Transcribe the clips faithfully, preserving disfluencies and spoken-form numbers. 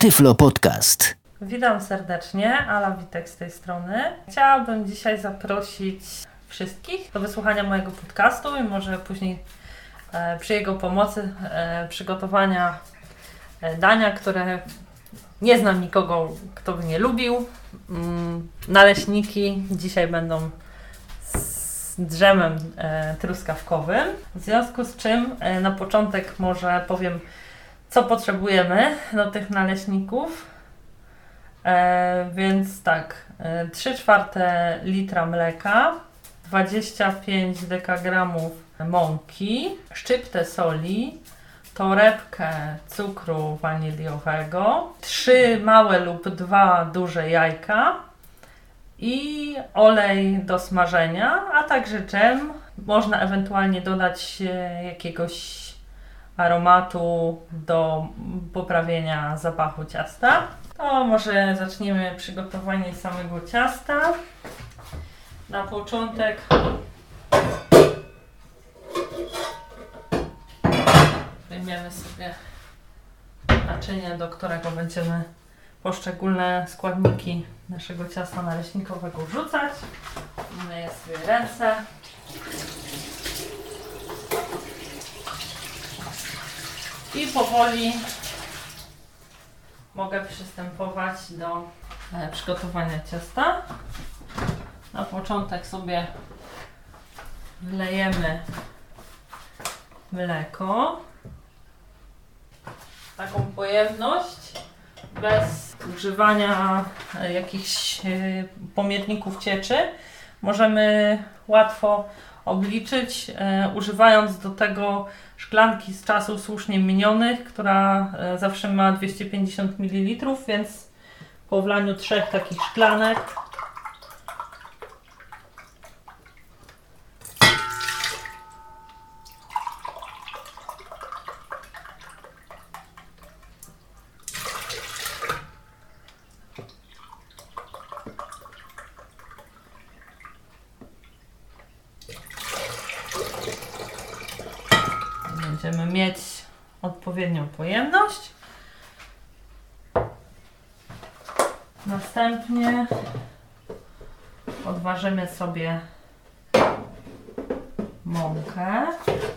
Tyflo Podcast. Witam serdecznie, Ala Witek z tej strony. Chciałabym dzisiaj zaprosić wszystkich do wysłuchania mojego podcastu i może później e, przy jego pomocy e, przygotowania e, dania, które nie znam nikogo, kto by nie lubił. Mm, naleśniki dzisiaj będą z drzemem e, truskawkowym. W związku z czym e, na początek może powiem, co potrzebujemy do tych naleśników. E, więc tak, e, trzy czwarte litra mleka, dwadzieścia pięć dekagramów mąki, szczyptę soli, torebkę cukru waniliowego, trzy małe lub dwa duże jajka i olej do smażenia, a także dżem. Można ewentualnie dodać jakiegoś aromatu do poprawienia zapachu ciasta. To może zaczniemy przygotowanie samego ciasta. Na początek weźmiemy sobie naczynie, do którego będziemy poszczególne składniki naszego ciasta naleśnikowego wrzucać. Myję sobie ręce. I powoli mogę przystępować do e, przygotowania ciasta. Na początek sobie wlejemy mleko. Taką pojemność bez używania e, jakichś e, pomienników cieczy możemy łatwo obliczyć, e, używając do tego szklanki z czasów słusznie minionych, która e, zawsze ma dwieście pięćdziesiąt mililitrów, więc po wlaniu trzech takich szklanek będziemy mieć odpowiednią pojemność. Następnie odważymy sobie mąkę.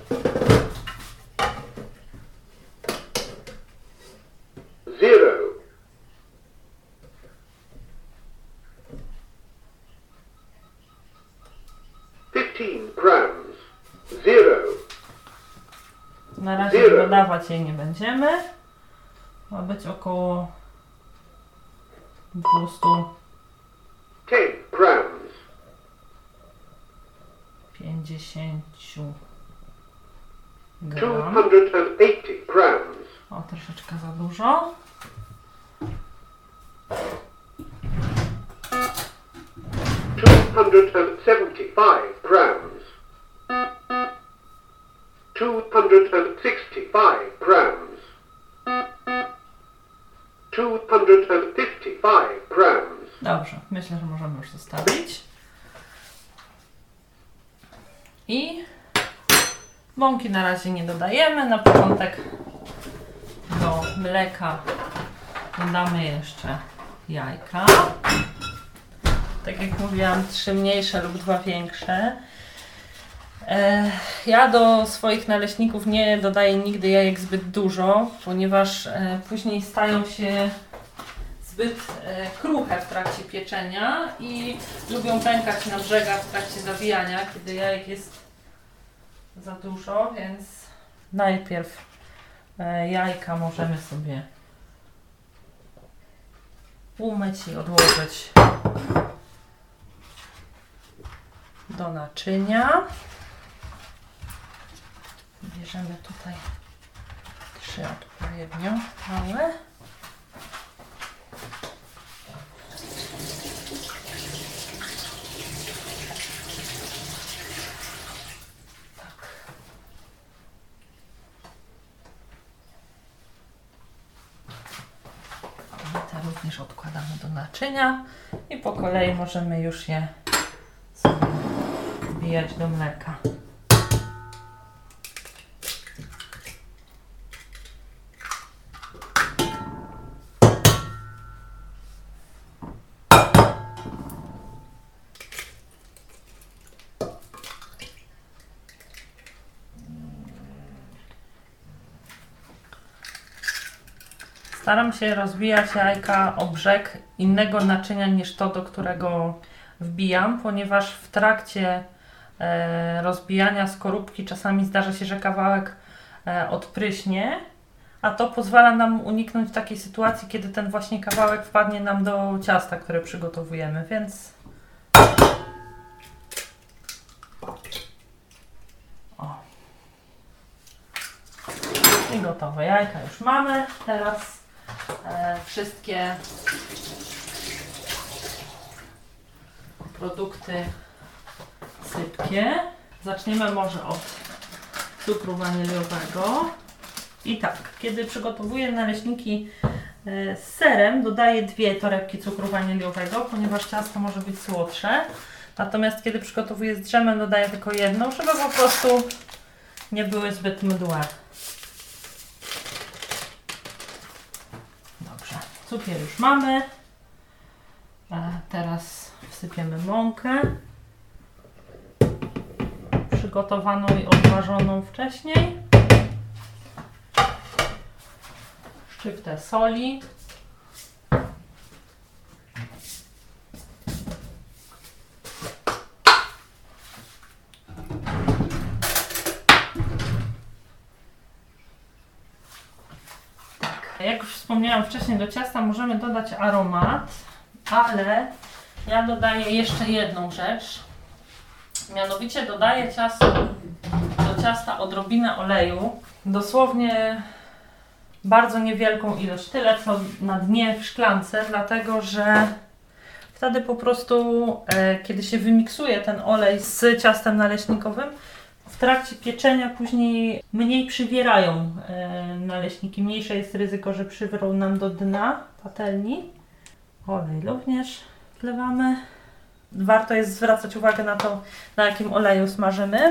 Zero. Fifteen grams. Zero. Na razie dodawać jej nie będziemy. Ma być około dwieście Ten grams. pięćdziesiąt Two gram. hundred and eighty grams. O, troszeczkę za dużo. Two hundred and seventy-five grams. Two hundred and sixty-five grams. Two hundred and fifty-five grams. Dobrze, myślę, że możemy już zostawić. I mąki na razie nie dodajemy. Na początek do mleka dodamy jeszcze jajka. Tak jak mówiłam, trzy mniejsze lub dwa większe. E, ja do swoich naleśników nie dodaję nigdy jajek zbyt dużo, ponieważ e, później stają się zbyt e, kruche w trakcie pieczenia i lubią pękać na brzegach w trakcie zawijania, kiedy jajek jest za dużo, więc najpierw e, jajka możemy sobie umyć i odłożyć do naczynia. Bierzemy tutaj trzy odpowiednio małe. Te również odkładamy do naczynia i po kolei możemy już je sobie wbijać do mleka. Staram się rozbijać jajka o brzeg innego naczynia niż to, do którego wbijam, ponieważ w trakcie e, rozbijania skorupki czasami zdarza się, że kawałek e, odpryśnie, a to pozwala nam uniknąć takiej sytuacji, kiedy ten właśnie kawałek wpadnie nam do ciasta, które przygotowujemy, więc o. I gotowe. Jajka już mamy. Teraz e, wszystkie produkty sypkie. Zaczniemy może od cukru waniliowego. I tak, kiedy przygotowuję naleśniki e, z serem, dodaję dwie torebki cukru waniliowego, ponieważ ciasto może być słodsze. Natomiast kiedy przygotowuję z drzemem, dodaję tylko jedną, żeby po prostu nie były zbyt mdłe. Dobrze, cukier już mamy. E, teraz wsypiemy mąkę. Przygotowaną i odważoną wcześniej. Szczyptę soli. Jak już wspomniałam wcześniej, do ciasta możemy dodać aromat, ale ja dodaję jeszcze jedną rzecz. Mianowicie dodaję ciasto, do ciasta odrobinę oleju. Dosłownie bardzo niewielką ilość, tyle co na dnie w szklance, dlatego że wtedy po prostu, e, kiedy się wymiksuje ten olej z ciastem naleśnikowym, w trakcie pieczenia później mniej przywierają e, naleśniki. Mniejsze jest ryzyko, że przywrą nam do dna patelni. Olej również wlewamy. Warto jest zwracać uwagę na to, na jakim oleju smażymy.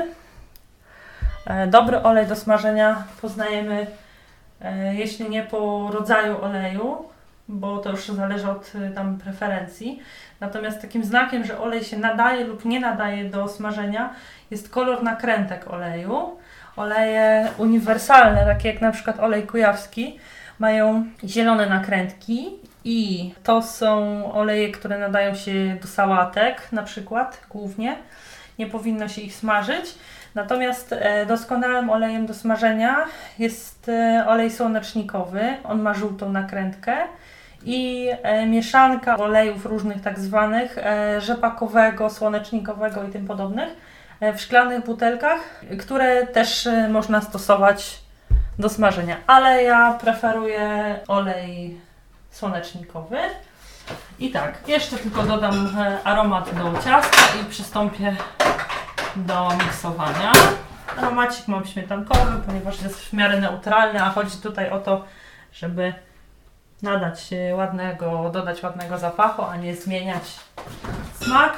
E, dobry olej do smażenia poznajemy, e, jeśli nie po rodzaju oleju, bo to już zależy od tam preferencji. Natomiast takim znakiem, że olej się nadaje lub nie nadaje do smażenia, jest kolor nakrętek oleju. Oleje uniwersalne, takie jak na przykład olej kujawski, mają zielone nakrętki i to są oleje, które nadają się do sałatek na przykład głównie. Nie powinno się ich smażyć. Natomiast doskonałym olejem do smażenia jest olej słonecznikowy. On ma żółtą nakrętkę. I e, mieszanka olejów różnych tak zwanych, e, rzepakowego, słonecznikowego i tym podobnych e, w szklanych butelkach, które też e, można stosować do smażenia. Ale ja preferuję olej słonecznikowy. I tak, jeszcze tylko dodam e, aromat do ciasta i przystąpię do miksowania. Aromacik mam śmietankowy, ponieważ jest w miarę neutralny, a chodzi tutaj o to, żeby nadać ładnego, dodać ładnego zapachu, a nie zmieniać smak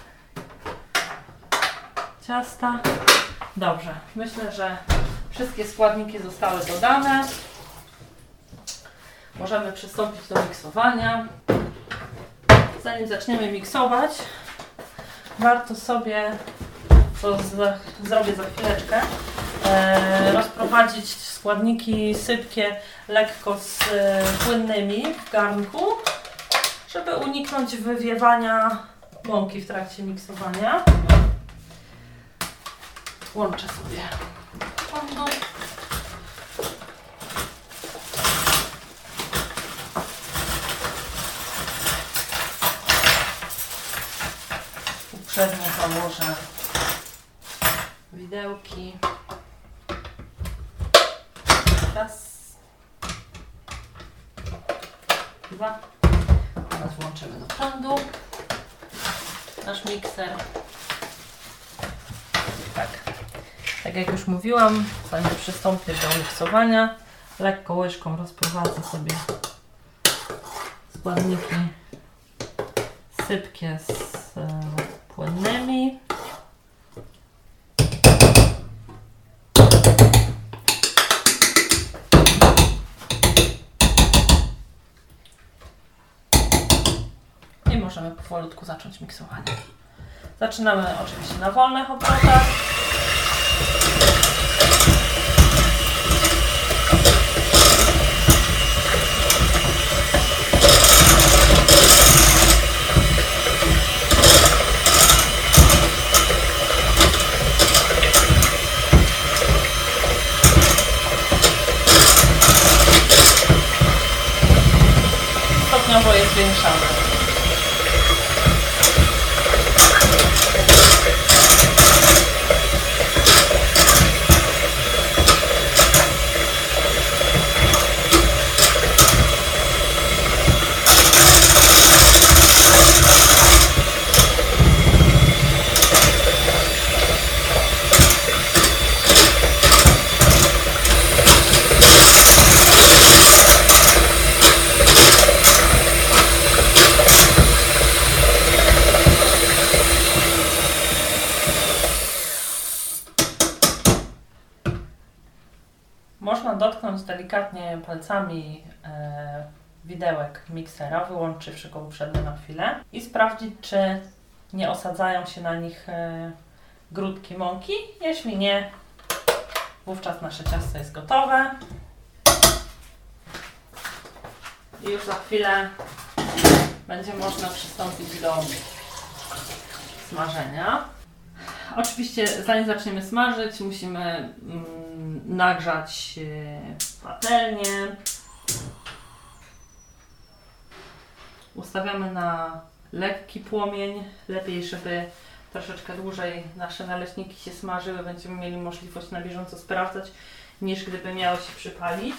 ciasta. Dobrze, myślę, że wszystkie składniki zostały dodane. Możemy przystąpić do miksowania. Zanim zaczniemy miksować, warto sobie, co z, zrobię za chwileczkę, e, rozprowadzić składniki sypkie lekko z e, płynnymi w garnku, żeby uniknąć wywiewania mąki w trakcie miksowania. Łączę sobie prądu. Uprzednio założę widełki. Raz, dwa. Teraz włączymy do prądu nasz mikser. Tak, tak jak już mówiłam, zanim przystąpię do miksowania, lekko łyżką rozprowadzę sobie składniki sypkie z e, płynnymi. I możemy powolutku zacząć miksowanie. Zaczynamy oczywiście na wolnych obrotach. stopniowo je zwiększamy. Można dotknąć delikatnie palcami e, widełek miksera, wyłączywszy go uprzednio na chwilę i sprawdzić, czy nie osadzają się na nich e, grudki mąki. Jeśli nie, wówczas nasze ciasto jest gotowe. I już za chwilę będzie można przystąpić do smażenia. Oczywiście zanim zaczniemy smażyć, musimy mm, nagrzać e, patelnię. Ustawiamy na lekki płomień. Lepiej, żeby troszeczkę dłużej nasze naleśniki się smażyły. Będziemy mieli możliwość na bieżąco sprawdzać, niż gdyby miały się przypalić.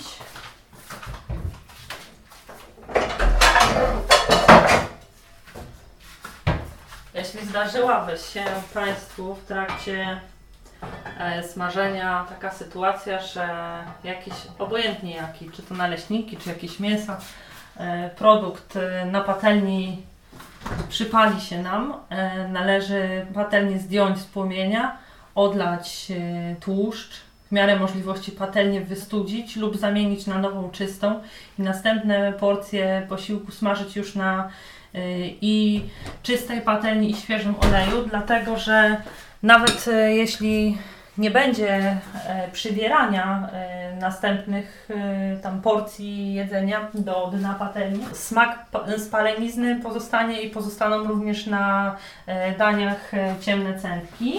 Jeśli zdarzyłaby się Państwu w trakcie e, smażenia taka sytuacja, że jakiś, obojętnie jaki, czy to naleśniki, czy jakieś mięsa, e, produkt e, na patelni przypali się nam, e, należy patelnię zdjąć z płomienia, odlać e, tłuszcz, w miarę możliwości patelnię wystudzić lub zamienić na nową czystą i następne porcje posiłku smażyć już na i czystej patelni i świeżym oleju, dlatego że nawet jeśli nie będzie przybierania następnych tam porcji jedzenia do dna patelni, smak spalenizny pozostanie i pozostaną również na daniach ciemne cętki.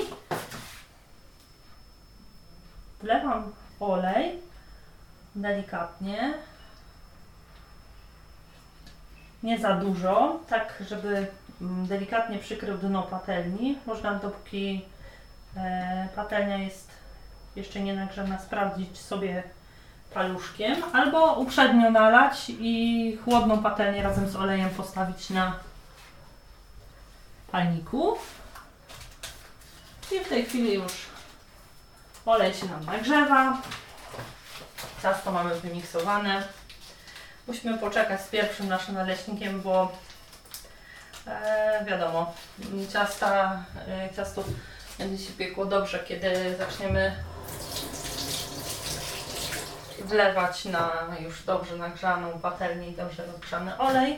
Wlewam olej delikatnie. Nie za dużo, tak żeby delikatnie przykrył dno patelni. Można, dopóki e, patelnia jest jeszcze nie nagrzana, sprawdzić sobie paluszkiem, albo uprzednio nalać i chłodną patelnię razem z olejem postawić na palniku. I w tej chwili już olej się nam nagrzewa. Ciasto mamy wymiksowane. Musimy poczekać z pierwszym naszym naleśnikiem, bo e, wiadomo, ciasta, e, ciasto będzie się piekło dobrze, kiedy zaczniemy wlewać na już dobrze nagrzaną patelnię i dobrze rozgrzany olej.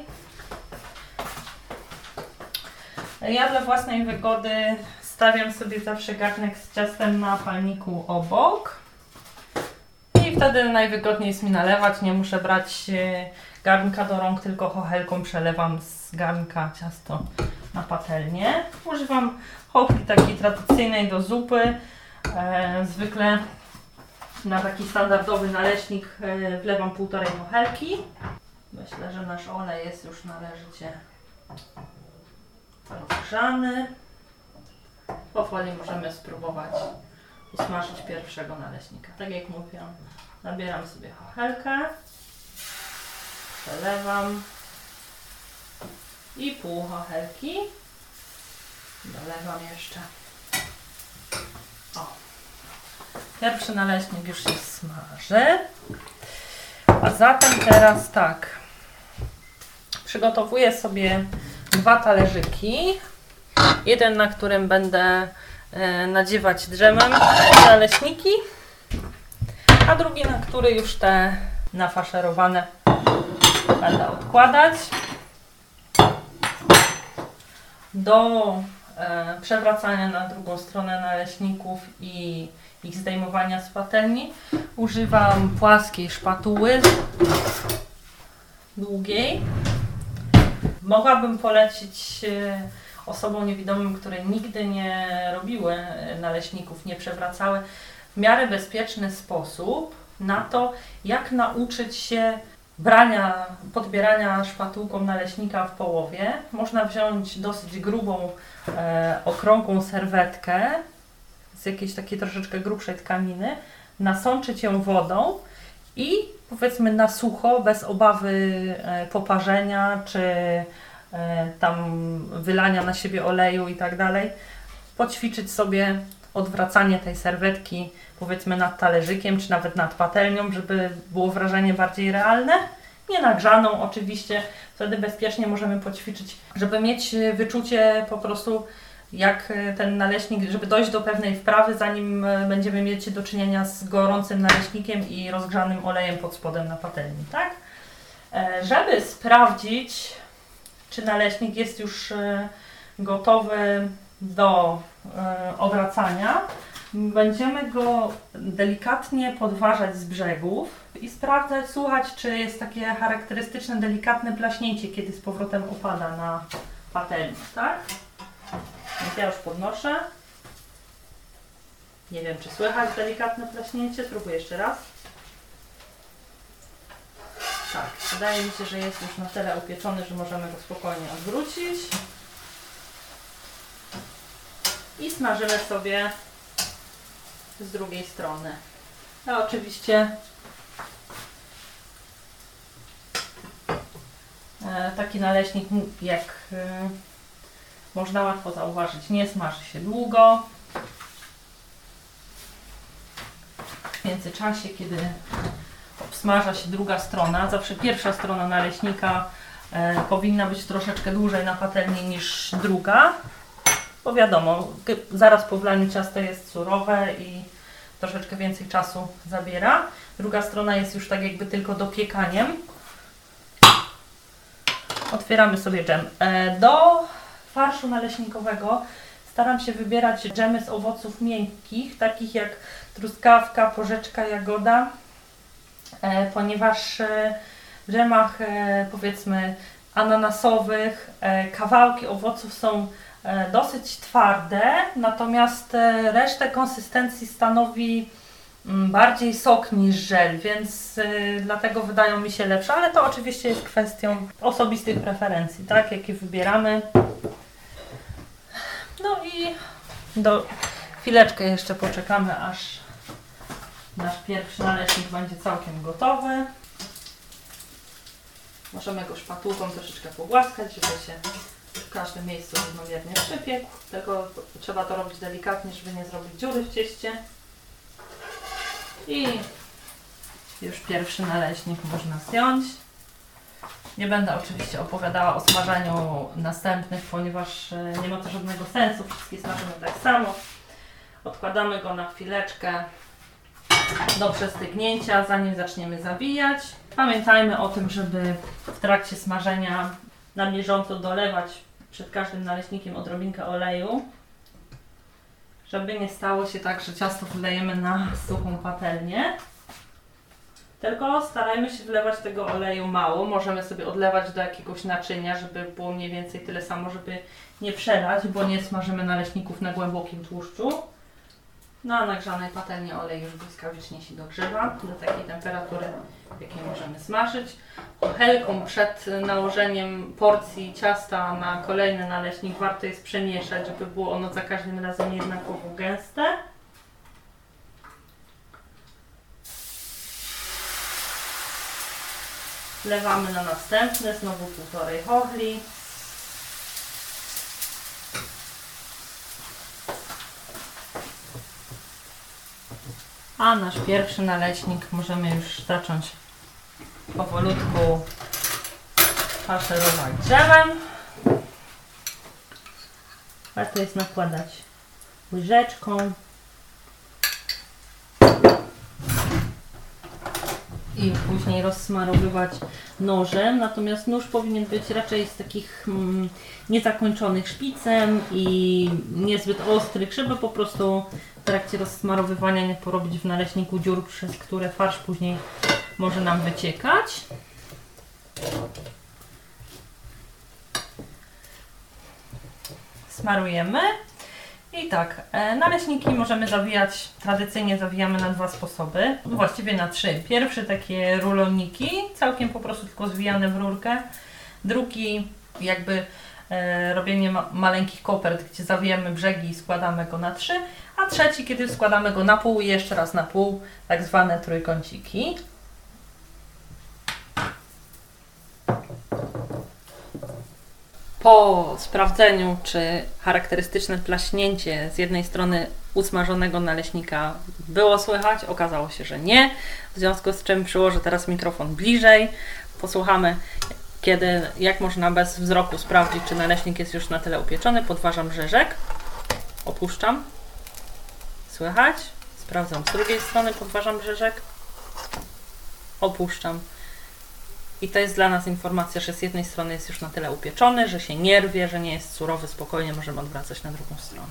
Ja dla własnej wygody stawiam sobie zawsze garnek z ciastem na palniku obok. I wtedy najwygodniej jest mi nalewać, nie muszę brać garnka do rąk, tylko chochelką przelewam z garnka ciasto na patelnię. Używam chochlki takiej tradycyjnej do zupy. E, zwykle na taki standardowy naleśnik e, wlewam półtorej chochelki. Myślę, że nasz olej jest już należycie rozgrzany. Powoli możemy spróbować usmażyć pierwszego naleśnika. Tak jak mówiłam, nabieram sobie chochelkę, przelewam i pół chochelki dolewam jeszcze. O, pierwszy naleśnik już się smaży. A zatem teraz tak, przygotowuję sobie dwa talerzyki. Jeden, na którym będę e, nadziewać drzemem naleśniki, a drugi, na który już te nafaszerowane będę odkładać. Do e, przewracania na drugą stronę naleśników i ich zdejmowania z patelni używam płaskiej szpatuły, długiej. Mogłabym polecić e, osobom niewidomym, które nigdy nie robiły naleśników, nie przewracały, w miarę bezpieczny sposób na to, jak nauczyć się brania, podbierania szpatułką naleśnika w połowie można wziąć dosyć grubą, e, okrągłą serwetkę z jakiejś takiej troszeczkę grubszej tkaniny, nasączyć ją wodą i powiedzmy na sucho, bez obawy e, poparzenia czy e, tam wylania na siebie oleju i tak dalej, poćwiczyć sobie odwracanie tej serwetki powiedzmy nad talerzykiem, czy nawet nad patelnią, żeby było wrażenie bardziej realne. Nie nagrzaną oczywiście, wtedy bezpiecznie możemy poćwiczyć, żeby mieć wyczucie po prostu jak ten naleśnik, żeby dojść do pewnej wprawy, zanim będziemy mieć do czynienia z gorącym naleśnikiem i rozgrzanym olejem pod spodem na patelni, tak? Żeby sprawdzić, czy naleśnik jest już gotowy do obracania, będziemy go delikatnie podważać z brzegów i sprawdzać, słuchać, czy jest takie charakterystyczne, delikatne plaśnięcie, kiedy z powrotem opada na patelnię, tak? Więc ja już podnoszę. Nie wiem, czy słychać delikatne plaśnięcie. Spróbuję jeszcze raz. Tak, wydaje mi się, że jest już na tyle upieczony, że możemy go spokojnie odwrócić. I smażymy sobie z drugiej strony. A oczywiście taki naleśnik, jak można łatwo zauważyć, nie smaży się długo. W międzyczasie, kiedy obsmaża się druga strona, zawsze pierwsza strona naleśnika e, powinna być troszeczkę dłużej na patelni niż druga, bo wiadomo, zaraz po wlaniu ciasto jest surowe i troszeczkę więcej czasu zabiera. Druga strona jest już tak jakby tylko dopiekaniem. Otwieramy sobie dżem. E, do farszu naleśnikowego staram się wybierać dżemy z owoców miękkich, takich jak truskawka, porzeczka, jagoda, e, ponieważ e, w dżemach e, powiedzmy ananasowych e, kawałki owoców są e, dosyć twarde, natomiast e, resztę konsystencji stanowi m, bardziej sok niż żel, więc e, dlatego wydają mi się lepsze, ale to oczywiście jest kwestią osobistych preferencji, tak, jakie wybieramy. No i do chwileczkę jeszcze poczekamy, aż nasz pierwszy naleśnik będzie całkiem gotowy. Możemy go szpatułką troszeczkę pogłaskać, żeby się w każdym miejscu równomiernie przypiekł. Tylko trzeba to robić delikatnie, żeby nie zrobić dziury w cieście. I już pierwszy naleśnik można zdjąć. Nie będę oczywiście opowiadała o smażeniu następnych, ponieważ nie ma to żadnego sensu. Wszystkie smażymy tak samo. Odkładamy go na chwileczkę do przestygnięcia, zanim zaczniemy zawijać. Pamiętajmy o tym, żeby w trakcie smażenia na bieżąco dolewać przed każdym naleśnikiem odrobinkę oleju, żeby nie stało się tak, że ciasto wlejemy na suchą patelnię. Tylko starajmy się wlewać tego oleju mało. Możemy sobie odlewać do jakiegoś naczynia, żeby było mniej więcej tyle samo, żeby nie przelać, bo nie smażymy naleśników na głębokim tłuszczu. Na nagrzanej patelni olej już błyskawicznie się dogrzewa do takiej temperatury, w jakiej możemy smażyć. Kuchelką przed nałożeniem porcji ciasta na kolejny naleśnik warto jest przemieszać, żeby było ono za każdym razem jednakowo gęste. Wlewamy na następny, znowu półtorej chochli. A nasz pierwszy naleśnik możemy już zacząć powolutku faszerować drzewem. Warto jest nakładać łyżeczką i później rozsmarowywać nożem, natomiast nóż powinien być raczej z takich mm, niezakończonych szpicem i niezbyt ostrych, żeby po prostu w trakcie rozsmarowywania nie porobić w naleśniku dziur, przez które farsz później może nam wyciekać. Smarujemy I tak, e, naleśniki możemy zawijać, tradycyjnie zawijamy na dwa sposoby, właściwie na trzy. Pierwszy takie ruloniki, całkiem po prostu tylko zwijane w rurkę. Drugi jakby e, robienie ma maleńkich kopert, gdzie zawijamy brzegi i składamy go na trzy. A trzeci, kiedy składamy go na pół i jeszcze raz na pół, tak zwane trójkąciki. Po sprawdzeniu, czy charakterystyczne plaśnięcie z jednej strony usmażonego naleśnika było słychać, okazało się, że nie. W związku z czym przyłożę teraz mikrofon bliżej. Posłuchamy, kiedy, jak można bez wzroku sprawdzić, czy naleśnik jest już na tyle upieczony. Podważam rzeżek, opuszczam. Słychać? Sprawdzam z drugiej strony, podważam rzeżek, opuszczam. I to jest dla nas informacja, że z jednej strony jest już na tyle upieczony, że się nie rwie, że nie jest surowy, spokojnie możemy odwracać na drugą stronę.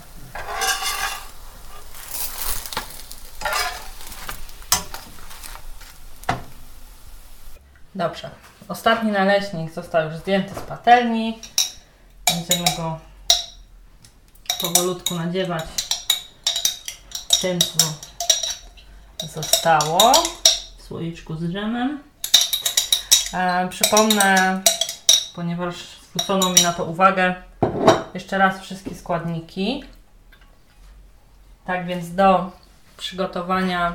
Dobrze. Ostatni naleśnik został już zdjęty z patelni. Będziemy go powolutku nadziewać tym, co zostało w słoiczku z dżemem. E, przypomnę, ponieważ zwrócono mi na to uwagę, jeszcze raz wszystkie składniki. Tak więc do przygotowania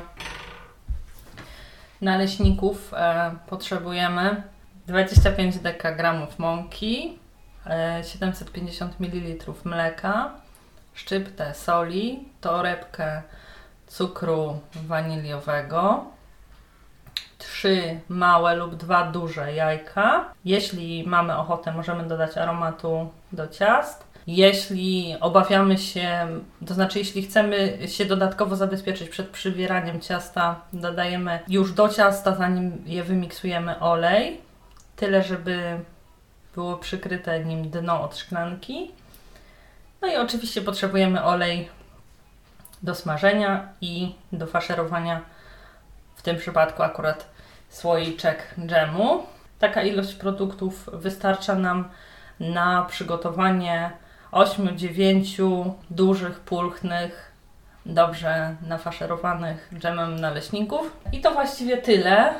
naleśników e, potrzebujemy dwadzieścia pięć dekagramów mąki, e, siedemset pięćdziesiąt mililitrów mleka, szczyptę soli, torebkę cukru waniliowego, trzy małe lub dwa duże jajka. Jeśli mamy ochotę, możemy dodać aromatu do ciast. Jeśli obawiamy się, to znaczy jeśli chcemy się dodatkowo zabezpieczyć przed przywieraniem ciasta, dodajemy już do ciasta, zanim je wymiksujemy, olej. Tyle, żeby było przykryte nim dno od szklanki. No i oczywiście potrzebujemy olej do smażenia i do faszerowania, w tym przypadku akurat słoiczek dżemu. Taka ilość produktów wystarcza nam na przygotowanie ośmiu dziewięciu dużych, pulchnych, dobrze nafaszerowanych dżemem naleśników. I to właściwie tyle.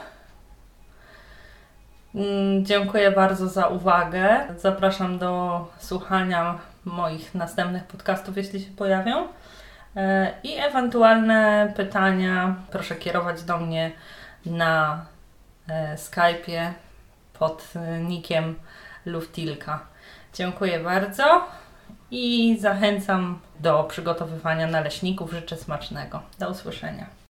Dziękuję bardzo za uwagę. Zapraszam do słuchania moich następnych podcastów, jeśli się pojawią. I ewentualne pytania proszę kierować do mnie na Skype'ie pod nickiem Luftilka. Dziękuję bardzo i zachęcam do przygotowywania naleśników. Życzę smacznego. Do usłyszenia.